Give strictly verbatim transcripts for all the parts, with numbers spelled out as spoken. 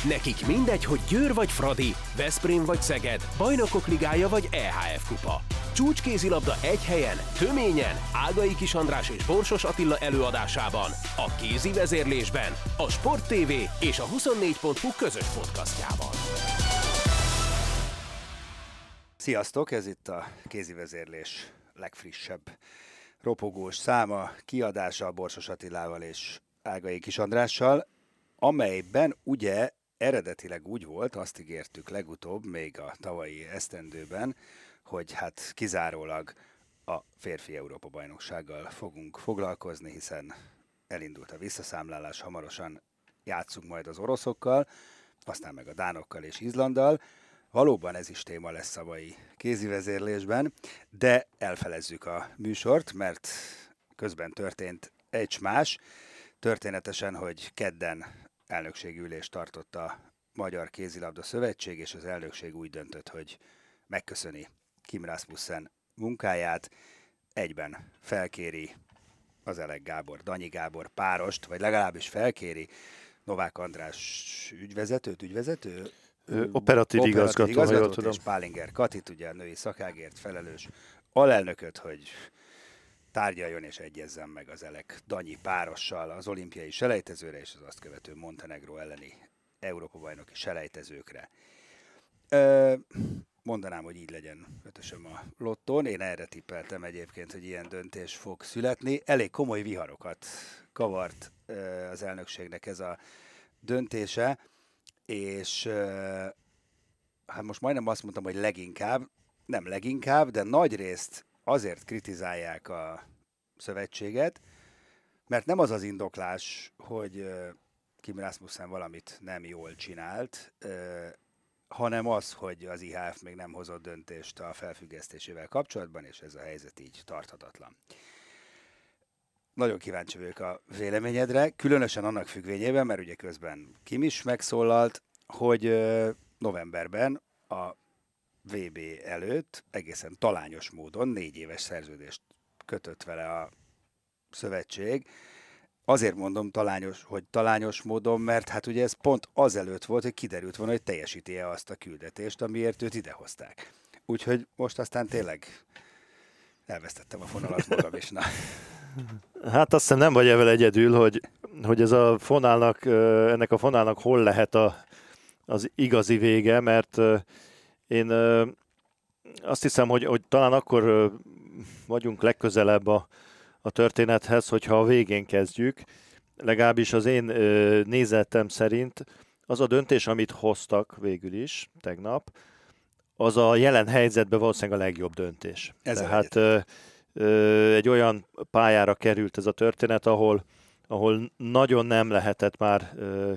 Nekik mindegy, hogy Győr vagy Fradi, Veszprém vagy Szeged, Bajnokok Ligája vagy é há ef Kupa. Csúcskézilabda egy helyen, töményen, Ágai Kis András és Borsos Attila előadásában, a kézi vezérlésben, a Sport té vé és a huszonnégy pont hu közös podcastjában. Sziasztok, ez itt a kézi vezérlés legfrissebb ropogós száma, kiadása Borsos Attilával és Ágai Kis Andrással, amelyben ugye eredetileg úgy volt, azt ígértük legutóbb, még a tavalyi esztendőben, hogy hát kizárólag a férfi Európa-bajnoksággal fogunk foglalkozni, hiszen elindult a visszaszámlálás, hamarosan játszunk majd az oroszokkal, aztán meg a dánokkal és Izlanddal. Valóban ez is téma lesz a mai kézivezérlésben, de elfelezzük a műsort, mert közben történt egy más. Történetesen, hogy kedden elnökségi ülést tartott a Magyar Kézilabda Szövetség, és az elnökség úgy döntött, hogy megköszöni Kim Rasmussen munkáját, egyben felkéri az Elek Gábor, Danyi Gábor párost, vagy legalábbis felkéri Novák András ügyvezetőt, ügyvezető? Ö, operatív igazgató, igazgatót és Pálinger Katit, ugye a női szakágért felelős alelnököt, hogy tárgyaljon és egyezzen meg az Elek Danyi párossal az olimpiai selejtezőre és az azt követő Montenegró elleni Európa-bajnoki selejtezőkre. Ö, mondanám, hogy így legyen ötösöm a lottón. Én erre tippeltem egyébként, hogy ilyen döntés fog születni. Elég komoly viharokat kavart ö, az elnökségnek ez a döntése, és ö, hát most majdnem azt mondtam, hogy leginkább, nem leginkább, de nagyrészt azért kritizálják a szövetséget, mert nem az az indoklás, hogy Kim Rasmussen valamit nem jól csinált, hanem az, hogy az i há ef még nem hozott döntést a felfüggesztésével kapcsolatban, és ez a helyzet így tarthatatlan. Nagyon kíváncsi vagyok a véleményedre, különösen annak függvényében, mert ugye közben Kim is megszólalt, hogy novemberben a vé bé előtt egészen talányos módon négy éves szerződést kötött vele a szövetség. Azért mondom talányos, hogy talányos módon, mert hát ugye ez pont azelőtt volt, hogy kiderült volna, hogy teljesíti-e azt a küldetést, amiért őt idehozták. Úgyhogy most aztán tényleg elvesztettem a fonalat magam is. Na. Hát azt hiszem nem vagy evel egyedül, hogy, hogy ez a fonálnak, ennek a fonálnak hol lehet a, az igazi vége, mert én azt hiszem, hogy, hogy talán akkor vagyunk legközelebb a, a történethez, hogyha a végén kezdjük. Legalábbis az én nézetem szerint az a döntés, amit hoztak végül is tegnap, az a jelen helyzetben valószínűleg a legjobb döntés. Ez Tehát ö, ö, egy olyan pályára került ez a történet, ahol, ahol nagyon nem lehetett már ö,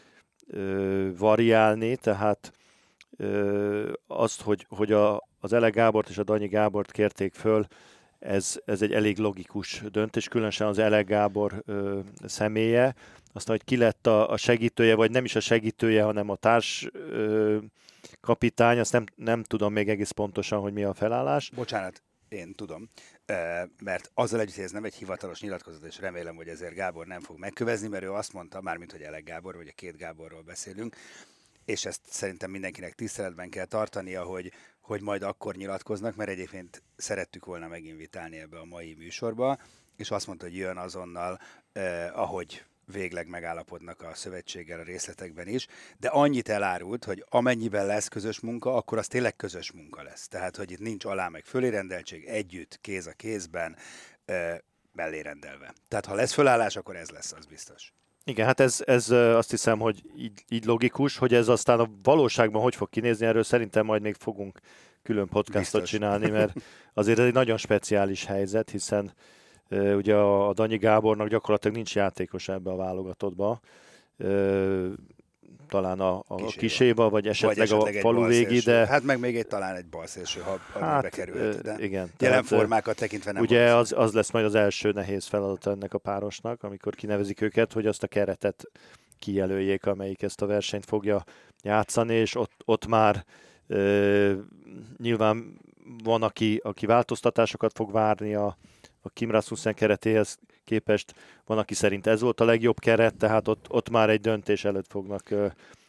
ö, variálni, tehát ö, azt, hogy, hogy a, az Elek Gábort és a Danyi Gábort kérték föl, Ez, ez egy elég logikus döntés, különösen az Elek Gábor ö, személye. Aztán, hogy ki lett a, a segítője, vagy nem is a segítője, hanem a társ ö, kapitány, azt nem, nem tudom még egész pontosan, hogy mi a felállás. Bocsánat, én tudom, mert azzal együtt, hogy ez nem egy hivatalos nyilatkozat, és remélem, hogy ezért Gábor nem fog megkövezni, mert ő azt mondta, mármint, hogy Elek Gábor, vagy a két Gáborról beszélünk, és ezt szerintem mindenkinek tiszteletben kell tartania, hogy, hogy majd akkor nyilatkoznak, mert egyébként szerettük volna meginvitálni ebbe a mai műsorba, és azt mondta, hogy jön azonnal, eh, ahogy végleg megállapodnak a szövetséggel a részletekben is, de annyit elárult, hogy amennyiben lesz közös munka, akkor az tényleg közös munka lesz. Tehát, hogy itt nincs alá meg fölérendeltség, együtt, kéz a kézben, eh, mellérendelve. Tehát, ha lesz fölállás, akkor ez lesz, az biztos. Igen, hát ez, ez azt hiszem, hogy így, így logikus, hogy ez aztán a valóságban hogy fog kinézni, erről szerintem majd még fogunk külön podcastot biztos csinálni, mert azért ez egy nagyon speciális helyzet, hiszen uh, ugye a, a Danyi Gábornak gyakorlatilag nincs játékos ebbe a válogatottba, uh, talán a, a Kiséba. Kiséba, vagy esetleg, vagy esetleg a faluvégi, de... Hát meg még egy talán egy balszélső, ha hát, bekerült, de igen, jelen formákat tekintve nem. Ugye az, az lesz majd az első nehéz feladat ennek a párosnak, amikor kinevezik őket, hogy azt a keretet kijelöljék, amelyik ezt a versenyt fogja játszani, és ott, ott már e, nyilván van, aki, aki változtatásokat fog várni a, a Kim Rasmussen keretéhez képest, van, aki szerint ez volt a legjobb keret, tehát ott, ott már egy döntés előtt fognak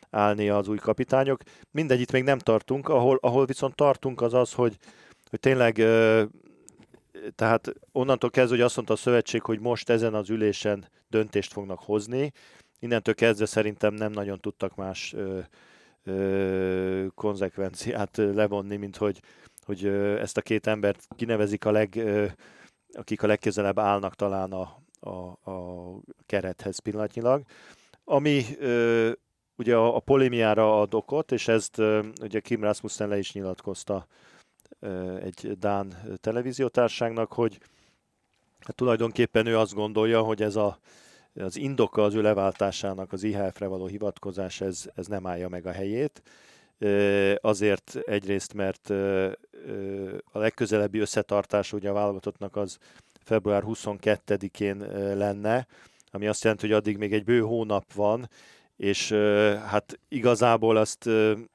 állni az új kapitányok. Mindegy, itt még nem tartunk, ahol, ahol viszont tartunk az az, hogy, hogy tényleg tehát onnantól kezdve, hogy azt mondta a szövetség, hogy most ezen az ülésen döntést fognak hozni, innentől kezdve szerintem nem nagyon tudtak más ö, ö, konzekvenciát levonni, mint hogy, hogy ö, ezt a két embert kinevezik, a leg, ö, akik a legközelebb állnak talán a, a, a kerethez pillanatnyilag. Ami ö, ugye a, a polémiára ad okot, és ezt ö, ugye Kim Rasmussen le is nyilatkozta ö, egy dán televíziótárságnak, hogy hát tulajdonképpen ő azt gondolja, hogy ez a az indoka az ő leváltásának, az i há ef-re való hivatkozás, ez, ez nem állja meg a helyét. Azért egyrészt, mert a legközelebbi összetartás ugye a válogatottnak az február huszonkettedikén lenne, ami azt jelenti, hogy addig még egy bő hónap van, és hát igazából azt,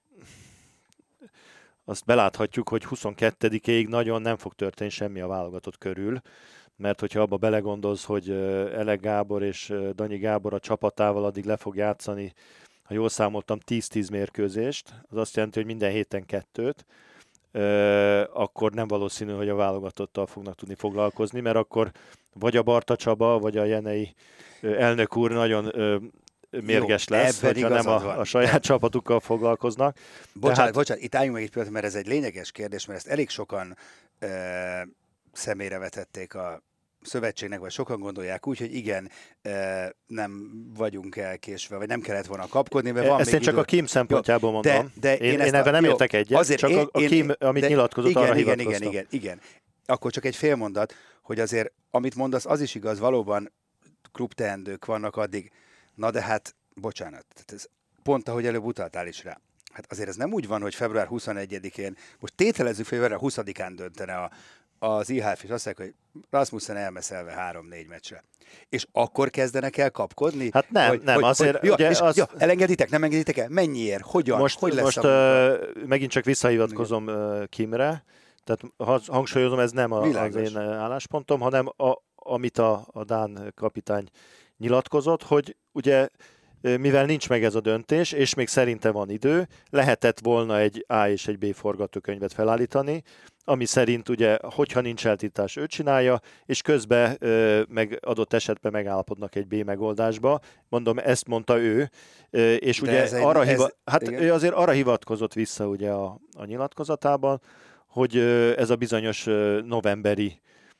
azt beláthatjuk, hogy huszonkettedikéig nagyon nem fog történni semmi a válogatott körül, mert hogyha abba belegondolsz, hogy Elek Gábor és Danyi Gábor a csapatával addig le fog játszani, ha jól számoltam, tíz-tíz mérkőzést, az azt jelenti, hogy minden héten kettőt, akkor nem valószínű, hogy a válogatottal fognak tudni foglalkozni, mert akkor vagy a Barta Csaba, vagy a Jenei elnök úr nagyon mérges Jó, lesz, hogyha nem a, a saját de... csapatukkal foglalkoznak. Bocsánat, Tehát... bocsánat, itt álljunk meg egy pillanat, mert ez egy lényeges kérdés, mert ezt elég sokan uh, személyre vetették a szövetségnek, vagy sokan gondolják úgy, hogy igen, nem vagyunk elkésve, vagy nem kellett volna kapkodni, mert van Ezt még én csak idő. a Kim szempontjából mondom. De, de én, én, én ebben nem értek egyet, csak én, a, a Kim, én, amit de, nyilatkozott, igen, arra igen, hivatkoztam. Igen, igen, igen. Akkor csak egy fél mondat, hogy azért, amit mondasz, az is igaz, valóban klubteendők vannak addig. Na de hát, bocsánat, ez pont ahogy előbb utaltál is rá. Hát azért ez nem úgy van, hogy február huszonegyedikén, most tételezzük, hogy február huszadikán döntene a az i há ef, és azt mondják, hogy Rasmussen elmeszelve három-négy meccsre. És akkor kezdenek el kapkodni? Hát nem, hogy, nem, hogy, azért... Hogy, ja, ugye és, az... ja, elengeditek, nem engeditek el? Mennyiért? Hogyan? Most, hogy lesz most uh, megint csak visszahivatkozom uh, Kimre, tehát hangsúlyozom, ez nem a, az én álláspontom, hanem a, amit a, a dán kapitány nyilatkozott, hogy ugye mivel nincs meg ez a döntés, és még szerinte van idő, lehetett volna egy A és egy B forgatókönyvet felállítani, ami szerint ugye, hogyha nincs eltiltás, ő csinálja, és közben meg adott esetben megállapodnak egy B megoldásba. Mondom, ezt mondta ő, és De ugye egy, arra, hiva, ez, hát ő azért arra hivatkozott vissza ugye a, a nyilatkozatában, hogy ez a bizonyos novemberi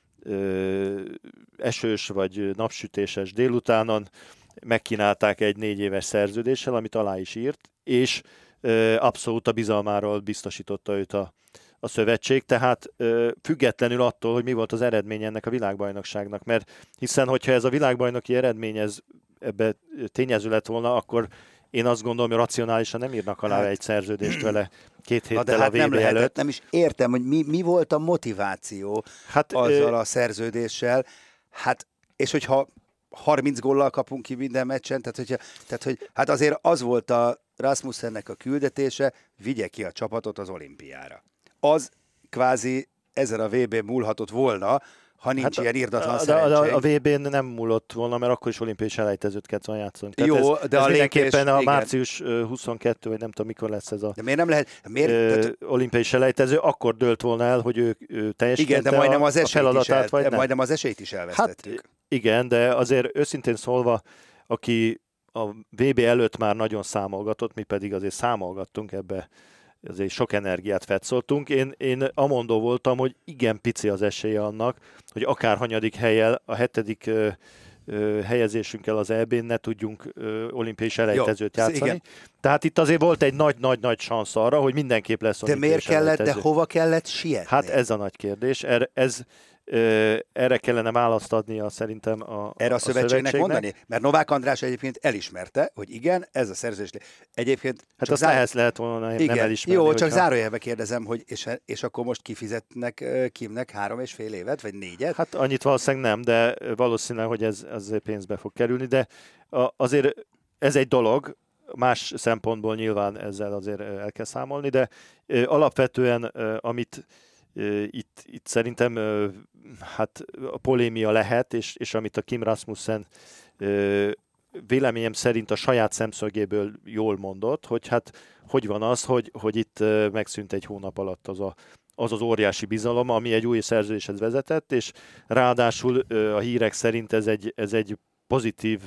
esős vagy napsütéses délutánon megkínálták egy négy éves szerződéssel, amit alá is írt, és abszolút a bizalmáról biztosította őt a, a szövetség, tehát függetlenül attól, hogy mi volt az eredmény ennek a világbajnokságnak, mert hiszen, hogyha ez a világbajnoki eredmény ez, ebbe tényező lett volna, akkor én azt gondolom, hogy racionálisan nem írnak alá hát, egy szerződést vele két héttel hát a vé bé előtt. Nem is értem, hogy mi, mi volt a motiváció hát, azzal ö... a szerződéssel, hát, és hogyha harminc góllal kapunk ki minden meccsen, tehát, hogyha, tehát hogy, hát azért az volt a Rasmussennek a küldetése, vigye ki a csapatot az olimpiára. Az kvázi ezen a vé bén múlhatott volna, ha nincs hát ilyen irdatlan de, szerencség. De a vé bén nem múlott volna, mert akkor is olimpiai selejtezőt kellett volna játszani. Tehát Jó, ez, de ez a mindenképpen lépés, a március huszonkettő, vagy nem tudom mikor lesz ez a de miért nem lehet, miért, ö, tehát, olimpiai selejtező, akkor dőlt volna el, hogy ő, ő teljesítette igen, de majdnem az a, a feladatát, el, vagy nem. Majdnem az esélyt is elvesztettük. Hát, igen, de azért őszintén szólva, aki a vé bé előtt már nagyon számolgatott, mi pedig azért számolgattunk ebbe, azért sok energiát fetszoltunk. Én, én amondó voltam, hogy igen pici az esélye annak, hogy akár hanyadik hellyel, a hetedik ö, ö, helyezésünkkel az é bén ne tudjunk ö, olimpiai selejtezőt játszani. Igen. Tehát itt azért volt egy nagy-nagy-nagy szansz arra, hogy mindenképp lesz olimpiai De miért selejtező. kellett, de hova kellett sietni? Hát ez a nagy kérdés. Er, ez... Erre kellene választ adnia szerintem a Erre a, a szövetségnek, szövetségnek mondani? Mert Novák András egyébként elismerte, hogy igen, ez a szerződés. Egyébként... Hát azt zár... ehhez lehet volna igen. nem elismerni. Jó, hogyha... csak zárójelbe kérdezem, hogy és, és akkor most kifizetnek Kimnek három és fél évet, vagy négyet? Hát annyit valószínűleg nem, de valószínűleg, hogy ez, ez pénzbe fog kerülni, de azért ez egy dolog, más szempontból nyilván ezzel azért el kell számolni, de alapvetően amit Itt, itt szerintem hát a polémia lehet, és, és amit a Kim Rasmussen véleményem szerint a saját szemszögéből jól mondott, hogy hát hogy van az, hogy, hogy itt megszűnt egy hónap alatt az a az az óriási bizalom, ami egy új szerződéshez vezetett, és ráadásul a hírek szerint ez egy, ez egy pozitív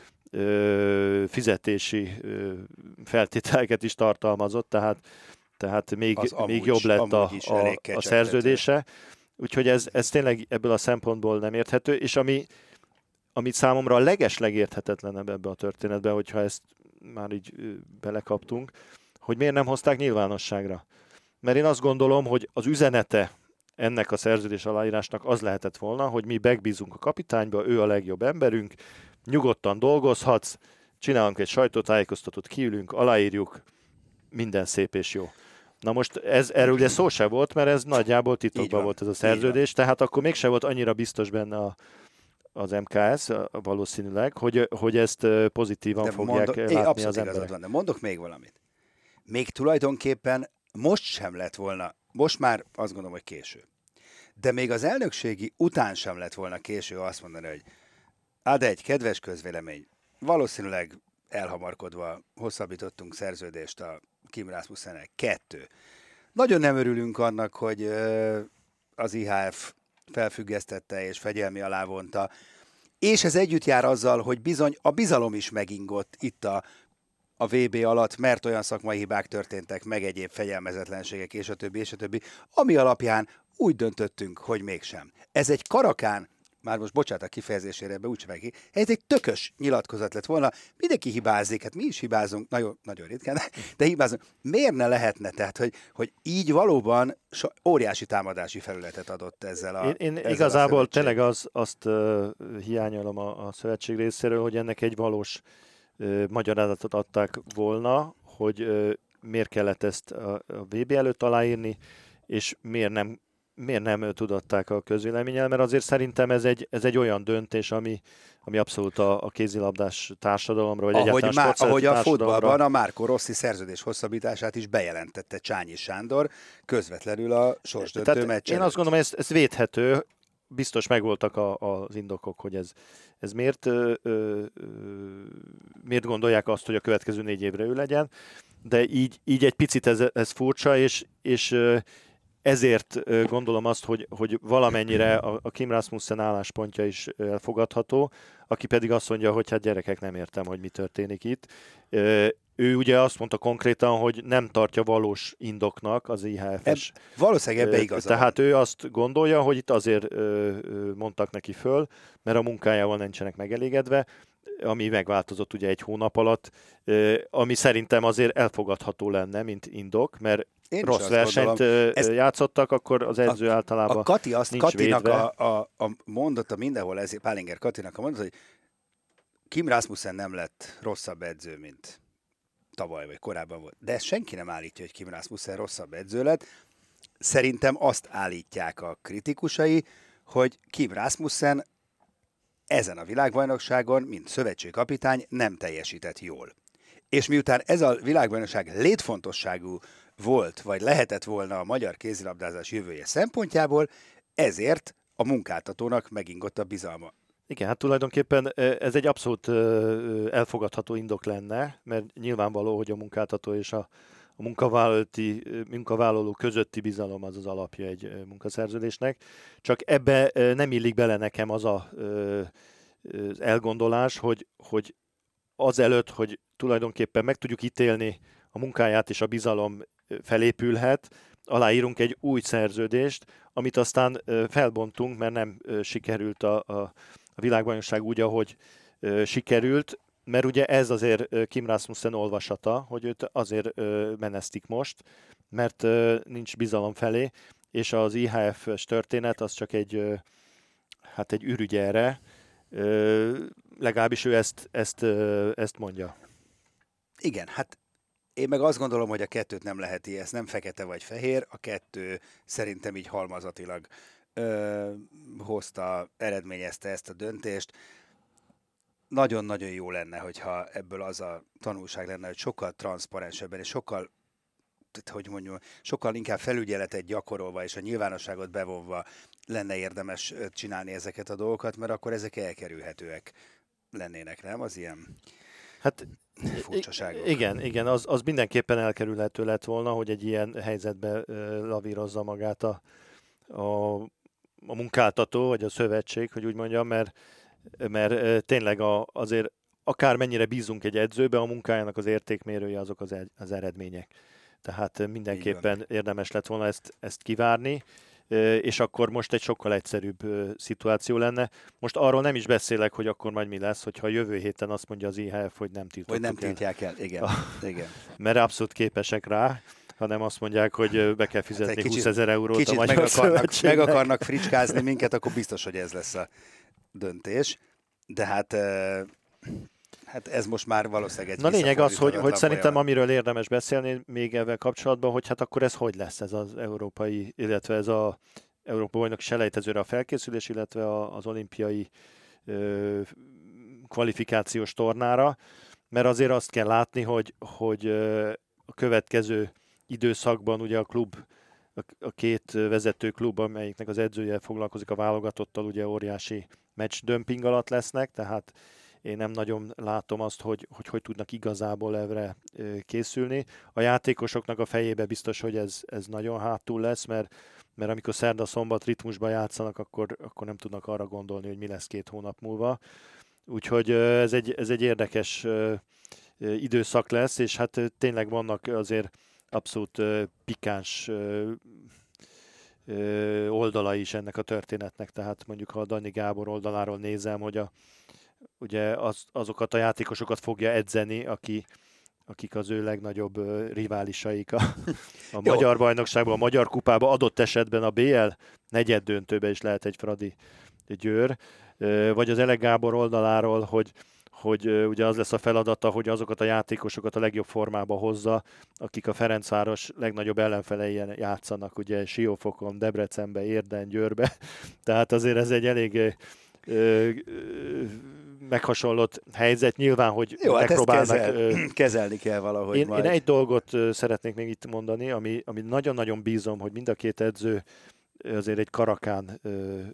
ö, fizetési ö, feltételeket is tartalmazott, tehát, tehát még, amúgy, még jobb lett a, a, a szerződése. Úgyhogy ez, ez tényleg ebből a szempontból nem érthető, és ami, amit számomra a legeslegérthetetlenebb ebbe a történetbe, hogyha ezt már így belekaptunk, hogy miért nem hozták nyilvánosságra. Mert én azt gondolom, hogy az üzenete ennek a szerződés aláírásnak az lehetett volna, hogy mi megbízunk a kapitányba, ő a legjobb emberünk, nyugodtan dolgozhatsz, csinálunk egy sajtótájékoztatót, kiülünk, aláírjuk, minden szép és jó. Na most ez, erről ugye szó se volt, mert ez nagyjából titokban volt ez a szerződés, tehát akkor mégse volt annyira biztos benne a, az em ká es valószínűleg, hogy, hogy ezt pozitívan de fogják mondok, látni az emberek. Van, de mondok még valamit. Még tulajdonképpen most sem lett volna, most már azt gondolom, hogy késő. De még az elnökségi után sem lett volna késő azt mondani, hogy ad egy kedves közvélemény, valószínűleg elhamarkodva hosszabbítottunk szerződést a Kim Rasmussennel. Kettő. Nagyon nem örülünk annak, hogy az i há ef felfüggesztette és fegyelmi alá vonta, és ez együtt jár azzal, hogy bizony a bizalom is megingott itt a a vé bé alatt, mert olyan szakmai hibák történtek, meg egyéb fegyelmezetlenségek, és a többi, és a többi, ami alapján úgy döntöttünk, hogy mégsem. Ez egy karakán, már most bocsánat a kifejezésére, be úgyse ki, ez egy tökös nyilatkozat lett volna, mindenki hibázik, hát mi is hibázunk, nagyon, nagyon ritkán, de hibázunk. Miért ne lehetne? Tehát, hogy, hogy így valóban so, óriási támadási felületet adott ezzel a Én, én ezzel igazából a tényleg az, azt uh, hiányolom a, a szövetség részéről, hogy ennek egy valós magyarázatot adták volna, hogy miért kellett ezt a vé bé előtt aláírni, és miért nem, miért nem tudották a közvéleménnyel, mert azért szerintem ez egy, ez egy olyan döntés, ami, ami abszolút a, a kézilabdás társadalomra, vagy ahogy egyáltalán má, ahogy a futballban a Márko Rossi szerződés hosszabbítását is bejelentette Csányi Sándor közvetlenül a sorsdöntő meccsen. Én azt gondolom, hogy ez, ez védhető, biztos megvoltak a, az indokok, hogy ez, ez miért, ö, ö, miért gondolják azt, hogy a következő négy évre ő legyen, de így, így egy picit ez, ez furcsa, és, és ezért gondolom azt, hogy, hogy valamennyire a, a Kim Rasmussen álláspontja is elfogadható, aki pedig azt mondja, hogy hát gyerekek, nem értem, hogy mi történik itt. Ő ugye azt mondta konkrétan, hogy nem tartja valós indoknak az i há ef-es. Eb, valószínűleg ebbe igaza Tehát van. Ő azt gondolja, hogy itt azért mondtak neki föl, mert a munkájával nincsenek megelégedve, ami megváltozott ugye egy hónap alatt, ami szerintem azért elfogadható lenne, mint indok, mert én rossz versenyt ezt, játszottak, akkor az edző a, általában a Kati azt, nincs Katinak védve. A, a, a mondata mindenhol, ez Pálinger Katinak a mondata, hogy Kim Rasmussen nem lett rosszabb edző, mint tavaly vagy korábban volt. De ezt senki nem állítja, hogy Kim Rasmussen rosszabb edző lett. Szerintem azt állítják a kritikusai, hogy Kim Rasmussen ezen a világbajnokságon, mint szövetségkapitány nem teljesített jól. És miután ez a világbajnokság létfontosságú volt, vagy lehetett volna a magyar kézilabdázás jövője szempontjából, ezért a munkáltatónak megingott a bizalma. Igen, hát tulajdonképpen ez egy abszolút elfogadható indok lenne, mert nyilvánvaló, hogy a munkáltató és a, a munkavállalói, munkavállaló közötti bizalom az az alapja egy munkaszerződésnek. Csak ebbe nem illik bele nekem az a, az elgondolás, hogy, hogy azelőtt, hogy tulajdonképpen meg tudjuk ítélni a munkáját és a bizalom felépülhet, aláírunk egy új szerződést, amit aztán felbontunk, mert nem sikerült a, a, a világbajnokság úgy, ahogy sikerült, mert ugye ez azért Kim Rasmussen olvasata, hogy őt azért menesztik most, mert nincs bizalom felé, és az i há ef-es történet az csak egy, hát egy ürügy erre, legalábbis ő ezt, ezt, ezt mondja. Igen, hát én meg azt gondolom, hogy a kettőt nem lehet ilyen, ez nem fekete vagy fehér, a kettő szerintem így halmazatilag ö, hozta, eredményezte ezt a döntést. Nagyon-nagyon jó lenne, hogyha ebből az a tanulság lenne, hogy sokkal transzparensebben és sokkal, hogy mondjam, sokkal inkább felügyeletet gyakorolva és a nyilvánosságot bevonva lenne érdemes csinálni ezeket a dolgokat, mert akkor ezek elkerülhetőek lennének, nem? Az ilyen hát, furcsaságok. Igen, igen az, az mindenképpen elkerülhető lett volna, hogy egy ilyen helyzetbe lavírozza magát a, a, a munkáltató, vagy a szövetség, hogy úgy mondjam, mert, mert tényleg a, azért akármennyire bízunk egy edzőbe, a munkájának az értékmérője azok az, az eredmények. Tehát mindenképpen érdemes lett volna ezt, ezt kivárni, és akkor most egy sokkal egyszerűbb szituáció lenne. Most arról nem is beszélek, hogy akkor majd mi lesz, hogyha jövő héten azt mondja az i há ef, hogy nem tiltottuk Hogy nem tiltják el, igen. igen. Mert abszolút képesek rá, hanem azt mondják, hogy be kell fizetni hát húszezer eurót kicsit a Magyar meg akarnak, meg meg akarnak fricskázni minket, akkor biztos, hogy ez lesz a döntés. De hát, hát ez most már valószínűleg egy Na lényeg az, hogy, hogy szerintem folyamat. amiről érdemes beszélni még ezzel kapcsolatban, hogy hát akkor ez hogy lesz ez az európai, illetve ez az Európa bajnok selejtezőre a felkészülés, illetve az olimpiai ö, kvalifikációs tornára, mert azért azt kell látni, hogy, hogy a következő időszakban ugye a klub, a két vezető klub, amelyiknek az edzője foglalkozik a válogatottal, ugye óriási meccs dömping alatt lesznek, tehát én nem nagyon látom azt, hogy hogy, hogy tudnak igazából erre készülni. A játékosoknak a fejébe biztos, hogy ez, ez nagyon hátul lesz, mert, mert amikor szerda-szombat ritmusban játszanak, akkor, akkor nem tudnak arra gondolni, hogy mi lesz két hónap múlva. Úgyhogy ez egy, ez egy érdekes időszak lesz, és hát tényleg vannak azért abszolút pikáns oldala is ennek a történetnek. Tehát mondjuk, ha a Dani Gábor oldaláról nézem, hogy a, ugye az, azokat a játékosokat fogja edzeni, aki, akik az ő legnagyobb riválisaik a, a magyar bajnokságban, a magyar kupában, adott esetben a bé el negyed döntőbe is lehet egy Fradi Győr, vagy az Elek Gábor oldaláról, hogy hogy ugye az lesz a feladata, hogy azokat a játékosokat a legjobb formába hozza, akik a Ferencváros legnagyobb ellenfeleien játszanak, ugye Siófokon, Debrecenbe, Érden, Győrbe. Tehát azért ez egy elég ö, ö, meghasonlott helyzet. Nyilván, hogy Jó, megpróbálnak... Hát kezel, kezelni kell valahogy én, majd. Én egy dolgot szeretnék még itt mondani, ami, ami nagyon-nagyon bízom, hogy mind a két edző azért egy karakán ö, ö,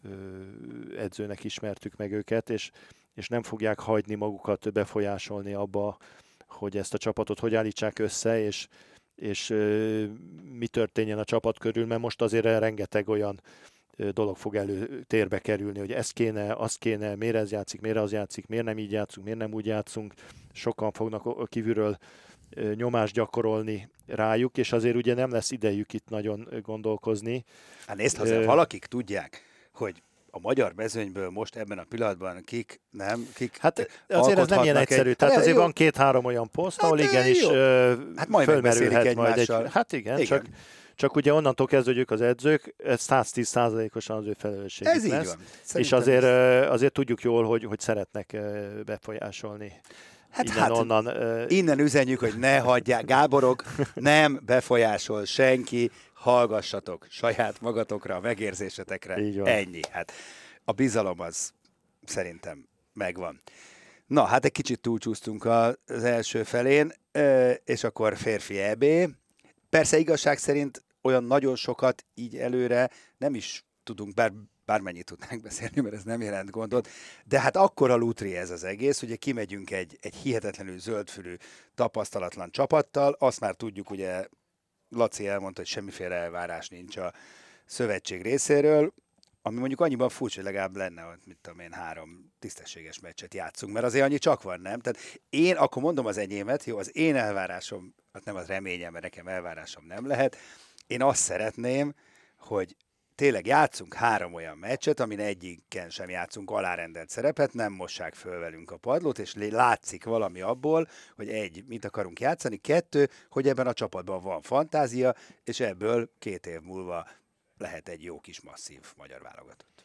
edzőnek ismertük meg őket, és és nem fogják hagyni magukat befolyásolni abba, hogy ezt a csapatot hogy állítsák össze, és, és ö, mi történjen a csapat körül, mert most azért rengeteg olyan ö, dolog fog előtérbe kerülni, hogy ez kéne, az kéne, miért ez játszik, miért az játszik, miért nem így játszunk, miért nem úgy játszunk. Sokan fognak kívülről ö, nyomást gyakorolni rájuk, és azért ugye nem lesz idejük itt nagyon gondolkozni. Hát nézd, ha ö... valakik tudják, hogy a magyar mezőnyből most ebben a pillanatban kik, nem, kik Hát azért ez nem ilyen egyszerű, egy... tehát hát azért jó. Van két-három olyan poszt, ahol hát igenis hát majd fölmerülhet majd egy... Hát igen, igen. Csak, csak ugye onnantól kezdve, hogy ők az edzők, ez száztíz százalékosan az ő felelősségük ez lesz. Így van. És azért, ez... azért tudjuk jól, hogy, hogy szeretnek befolyásolni. Hát, innen, hát onnan, uh... innen üzenjük, hogy ne hagyják. Gáborok, nem befolyásol senki, hallgassatok saját magatokra, a megérzésetekre. Ennyi. Hát a bizalom az szerintem megvan. Na, hát egy kicsit túlcsúsztunk az első felén, és akkor férfi é bé. Persze igazság szerint olyan nagyon sokat így előre nem is tudunk, bár bármennyit tudnánk beszélni, mert ez nem jelent gondot, de hát akkora lutri ez az egész, ugye kimegyünk egy, egy hihetetlenül zöldfülű, tapasztalatlan csapattal, azt már tudjuk, ugye Laci elmondta, hogy semmiféle elvárás nincs a szövetség részéről, ami mondjuk annyiban furcsa, hogy legalább lenne, mint tudom én, három tisztességes meccset játszunk, mert azért annyi csak van, nem? Tehát én, akkor mondom az enyémet, jó, az én elvárásom, hát nem az reményem, mert nekem elvárásom nem lehet, én azt szeretném, hogy tényleg játszunk három olyan meccset, amin egyiken sem játszunk alárendelt szerepet, nem mossák föl velünk a padlót, és látszik valami abból, hogy egy, mit akarunk játszani, kettő, hogy ebben a csapatban van fantázia, és ebből két év múlva lehet egy jó kis masszív magyar válogatott.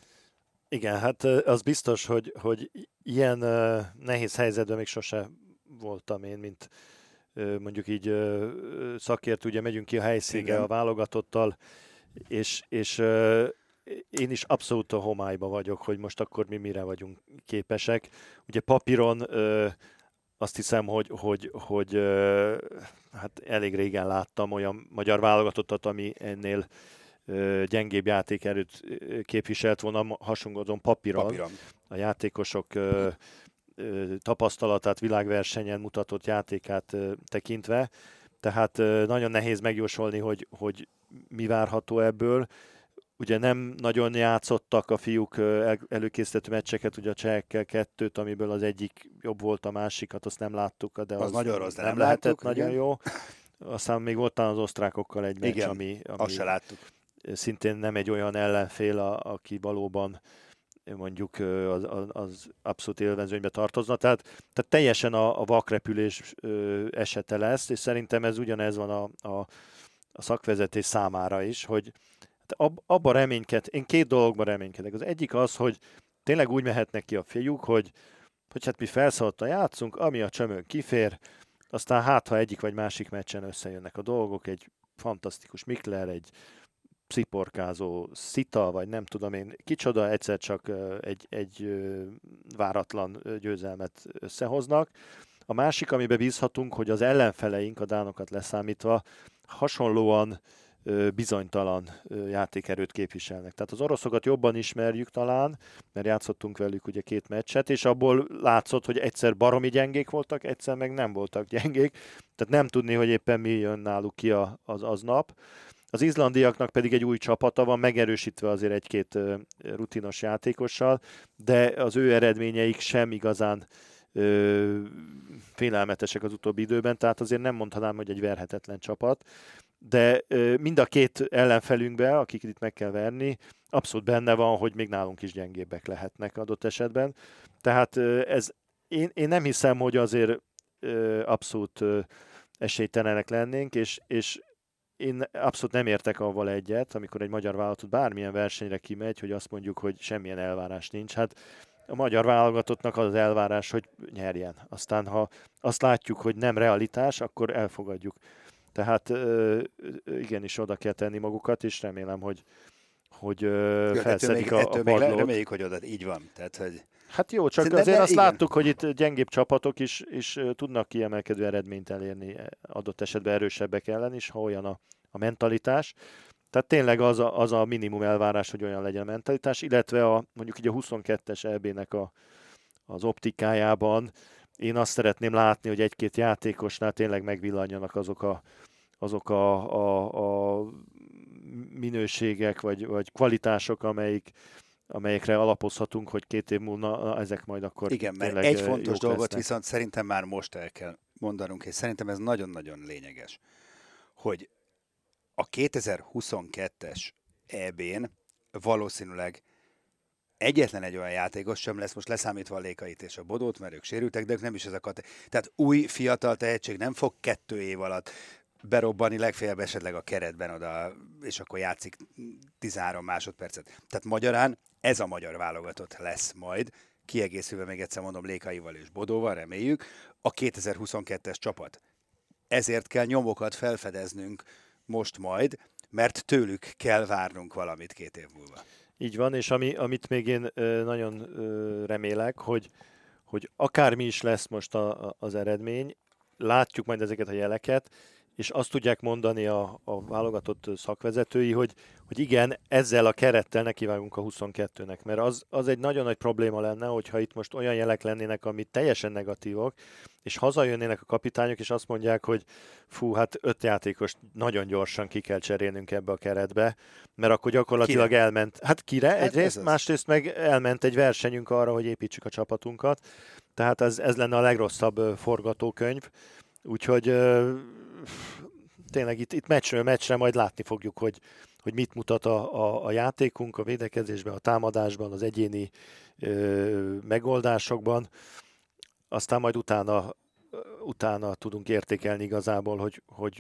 Igen, hát az biztos, hogy, hogy ilyen uh, nehéz helyzetben még sose voltam én, mint uh, mondjuk így uh, szakértő, ugye megyünk ki a helyszínre Igen. a válogatottal, és, és uh, én is abszolút a homályba vagyok, hogy most akkor mi mire vagyunk képesek. Ugye papíron uh, azt hiszem, hogy, hogy, hogy uh, hát elég régen láttam olyan magyar válogatottat, ami ennél uh, gyengébb játékerőt képviselt volna, hasonlóan papíron. papíron. A játékosok uh, tapasztalatát, világversenyen mutatott játékát tekintve. Tehát nagyon nehéz megjósolni, hogy, hogy mi várható ebből. Ugye nem nagyon játszottak a fiúk előkészítő meccseket, ugye a csehekkel kettőt, amiből az egyik jobb volt, a másikat, azt nem láttuk, de az, az nagyon rossz, de nem, nem lehetett láttuk, nagyon igen. jó. Aztán még volt az osztrákokkal egy meccs, igen, ami, ami azt se láttuk. Szintén nem egy olyan ellenfél, a, aki valóban mondjuk az, az, az abszolút élvezőnybe tartozna. Tehát, tehát teljesen a, a vakrepülés esete lesz, és szerintem ez ugyanez van a, a, a szakvezetés számára is, hogy ab, abban reményked, én két dologban reménykedek. Az egyik az, hogy tényleg úgy mehetnek ki a fiúk, hogy, hogy hát mi felszólottan játszunk, ami a csömön kifér, aztán hát, ha egyik vagy másik meccsen összejönnek a dolgok, egy fantasztikus Mikler, egy sziporkázó Szita, vagy nem tudom én kicsoda, egyszer csak egy, egy váratlan győzelmet összehoznak. A másik, amiben bízhatunk, hogy az ellenfeleink, a dánokat leszámítva, hasonlóan bizonytalan játékerőt képviselnek. Tehát az oroszokat jobban ismerjük talán, mert játszottunk velük ugye két meccset, és abból látszott, hogy egyszer baromi gyengék voltak, egyszer meg nem voltak gyengék. Tehát nem tudni, hogy éppen mi jön náluk ki az aznap. Az izlandiaknak pedig egy új csapata van, megerősítve azért egy-két rutinos játékossal, de az ő eredményeik sem igazán ö, félelmetesek az utóbbi időben, tehát azért nem mondhatnám, hogy egy verhetetlen csapat, de ö, mind a két ellenfelünkbe, akiket itt meg kell verni, abszolút benne van, hogy még nálunk is gyengébbek lehetnek adott esetben. Tehát ö, ez, én, én nem hiszem, hogy azért ö, abszolút ö, esélytelenek lennénk, és, és én abszolút nem értek avval egyet, amikor egy magyar válogatott bármilyen versenyre kimegy, hogy azt mondjuk, hogy semmilyen elvárás nincs. Hát a magyar válogatottnak az az elvárás, hogy nyerjen. Aztán, ha azt látjuk, hogy nem realitás, akkor elfogadjuk. Tehát igenis oda kell tenni magukat, és remélem, hogy, hogy jó, felszedik még, a, a padlót. Reméljük, hogy oda így van. Tehát, hogy... Hát jó, csak Szerintem, azért azt igen. láttuk, hogy itt gyengébb csapatok is, is tudnak kiemelkedő eredményt elérni adott esetben erősebbek ellen is, ha olyan a, a mentalitás. Tehát tényleg az a, az a minimum elvárás, hogy olyan legyen a mentalitás, illetve a, mondjuk így a huszonkettes é bé-nek a, az optikájában én azt szeretném látni, hogy egy-két játékosnál tényleg megvillanjanak azok a, azok a, a, a minőségek vagy, vagy kvalitások, amelyik amelyekre alapozhatunk, hogy két év múlva na, ezek majd akkor igen, mert tényleg egy fontos dolgot lesznek. viszont szerintem már most el kell mondanunk, és szerintem ez nagyon-nagyon lényeges, hogy a kétezer-huszonkettes é bén valószínűleg egyetlen egy olyan játékos sem lesz, most leszámítva a Lékait és a Bodót, mert ők sérültek, de ők nem is ez a kategória. Tehát új fiatal tehetség nem fog kettő év alatt berobbani, legfeljebb esetleg a keretben oda, és akkor játszik tizenhárom másodpercet. Tehát magyarán ez a magyar válogatott lesz majd, kiegészülve még egyszer mondom Lékaival és Bodóval, reméljük, a kétezer-huszonkettes csapat. Ezért kell nyomokat felfedeznünk most majd, mert tőlük kell várnunk valamit két év múlva. Így van, és ami, amit még én ö, nagyon ö, remélek, hogy, hogy akármi is lesz most a, a, az eredmény, látjuk majd ezeket a jeleket, és azt tudják mondani a, a válogatott szakvezetői, hogy, hogy igen, ezzel a kerettel nekivágunk a huszonkettőnek, mert az, az egy nagyon nagy probléma lenne, hogyha itt most olyan jelek lennének, amit teljesen negatívok, és hazajönnének a kapitányok, és azt mondják, hogy fú, hát öt játékost nagyon gyorsan ki kell cserélnünk ebbe a keretbe, mert akkor gyakorlatilag kire? elment. Hát kire? Hát egyrészt, másrészt meg elment egy versenyünk arra, hogy építsük a csapatunkat, tehát ez, ez lenne a legrosszabb forgatókönyv, úgyhogy tényleg itt, itt meccsről meccsre majd látni fogjuk, hogy, hogy mit mutat a, a, a játékunk, a védekezésben, a támadásban, az egyéni ö, megoldásokban. Aztán majd utána, utána tudunk értékelni igazából, hogy, hogy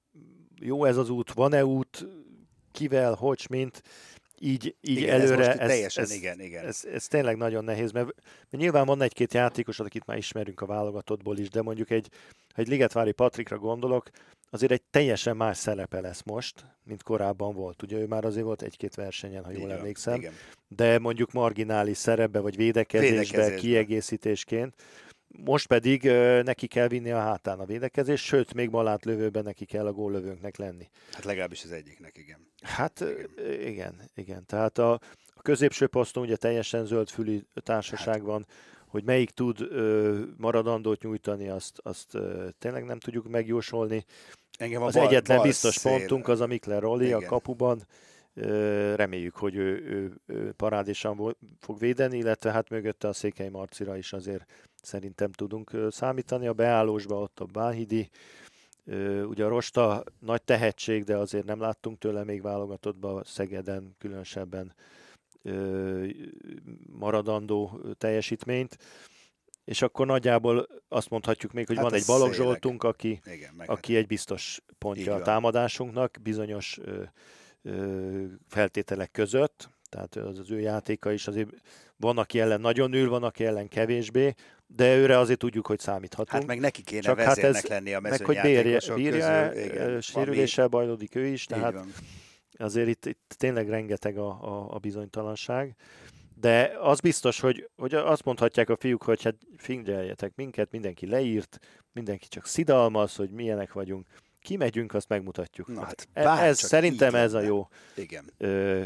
jó ez az út, van-e út, kivel, hogy, mint, így, így igen, előre. Ez, ez, teljesen, ez, igen, igen. Ez, ez, ez tényleg nagyon nehéz, mert, mert nyilván van egy-két játékos, akit már ismerünk a válogatottból is, de mondjuk egy, ha egy Ligetvári Patrikra gondolok, azért egy teljesen más szerepe lesz most, mint korábban volt. Ugye ő már azért volt egy-két versenyen, ha jól igen, emlékszem, igen. De mondjuk marginális szerepbe, vagy védekezésbe, védekezésbe, kiegészítésként. Most pedig uh, neki kell vinni a hátán a védekezés, sőt, még balátlövőben neki kell a góllövőnknek lenni. Hát legalábbis az egyiknek, igen. Hát igen, igen. igen. Tehát a, a középső poszton ugye teljesen zöldfülű társaság hát. van, hogy melyik tud ö, maradandót nyújtani, azt, azt ö, tényleg nem tudjuk megjósolni. Engem a az bal, egyetlen bal biztos szél... pontunk az a Mikler Roli Igen. a kapuban. Ö, reméljük, hogy ő, ő, ő parádésan fog védeni, illetve hát mögötte a Székely Marcira is azért szerintem tudunk számítani. A beállósba ott a Bánhidi, ugye a Rosta nagy tehetség, de azért nem láttunk tőle még válogatottba, Szegeden különösebben maradandó teljesítményt. És akkor nagyjából azt mondhatjuk még, hogy hát van egy Balogh Zsoltunk, aki, Igen, aki egy biztos pontja a támadásunknak, bizonyos ö, ö, feltételek között, tehát az, az ő játéka is azért van, aki ellen nagyon ül, van, aki ellen kevésbé, de őre azért tudjuk, hogy számíthatunk. Hát meg neki kéne Csak vezérnek hát ez, lenni a meg hogy bírja, bírja közül, sérüléssel bajlódik ő is, tehát azért itt, itt tényleg rengeteg a, a, a bizonytalanság. De az biztos, hogy, hogy azt mondhatják a fiúk, hogy hát figyeljetek minket, mindenki leírt, mindenki csak szidalmaz, hogy milyenek vagyunk. Kimegyünk, azt megmutatjuk. Na, hát, hát ez, szerintem ez a jó Igen. Ö,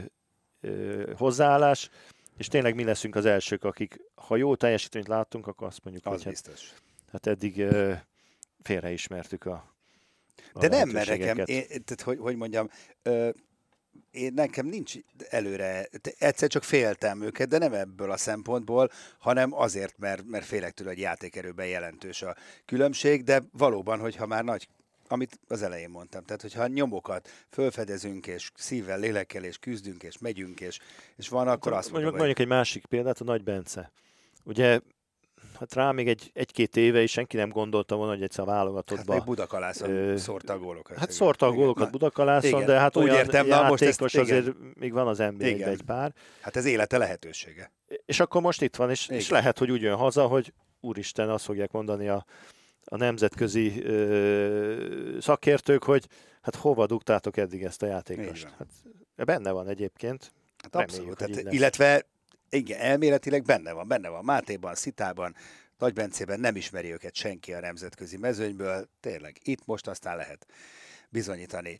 ö, hozzáállás, és tényleg mi leszünk az elsők, akik, ha jó teljesítményt láttunk, akkor azt mondjuk, az hogy biztos. Hát, hát eddig ö, félreismertük a, a De nem, mert nekem, én, tehát, hogy, hogy mondjam, ö, én nekem nincs előre, egyszer csak féltem őket, de nem ebből a szempontból, hanem azért, mert, mert félek tőle, hogy játékerőben jelentős a különbség, de valóban, hogyha már nagy, amit az elején mondtam, tehát hogyha nyomokat fölfedezünk, és szívvel, lélekkel, és küzdünk, és megyünk, és, és van, akkor azt mondom, mondjuk hogy... egy másik példát, a Nagy Bence. Ugye hát rá még egy, egy-két éve is senki nem gondolta volna, hogy egyszer válogatottba... Hát még Budakalászon ö... szórta a gólokat. Hát szórta a gólokat Budakalászon, de hát úgy olyan értem, játékos na, azért még van az en bé egyben egy pár. Hát ez élete lehetősége. És akkor most itt van, és, és lehet, hogy úgy jön haza, hogy úristen, azt fogják mondani a, a nemzetközi ö, szakértők, hogy hát hova dugtátok eddig ezt a játékost. Hát, benne van egyébként. Hát abszolút. Tehát, illetve igen, elméletileg benne van, benne van. Mátéban, Szitában, Nagy Bencében nem ismeri őket senki a nemzetközi mezőnyből. Tényleg, itt most aztán lehet bizonyítani.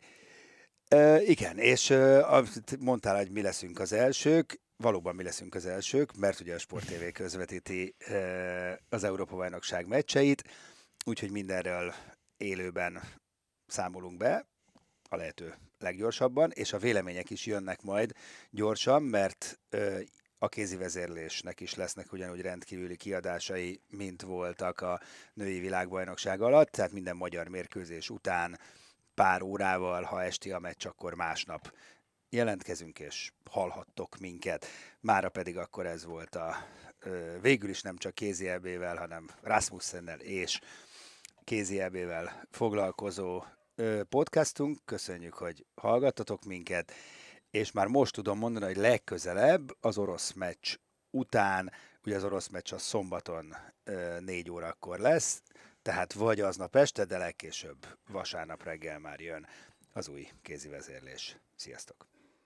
E, igen, és e, mondtál, hogy mi leszünk az elsők. Valóban mi leszünk az elsők, mert ugye a Sport té vé közvetíti e, az Európa-bajnokság meccseit, úgyhogy mindenről élőben számolunk be, a lehető leggyorsabban, és a vélemények is jönnek majd gyorsan, mert e, a kézi vezérlésnek is lesznek ugyanúgy rendkívüli kiadásai, mint voltak a női világbajnokság alatt, tehát minden magyar mérkőzés után pár órával, ha esti a meccs, akkor másnap jelentkezünk, és hallhattok minket. Mára pedig akkor ez volt a végül is nem csak kézi é bé-vel, hanem Rasmussennel és kézi é bé-vel foglalkozó podcastunk. Köszönjük, hogy hallgattatok minket, és már most tudom mondani, hogy legközelebb az orosz meccs után, ugye az orosz meccs a szombaton négy órakor lesz, tehát vagy aznap este, de legkésőbb vasárnap reggel már jön az új kézi vezérlés. Sziasztok!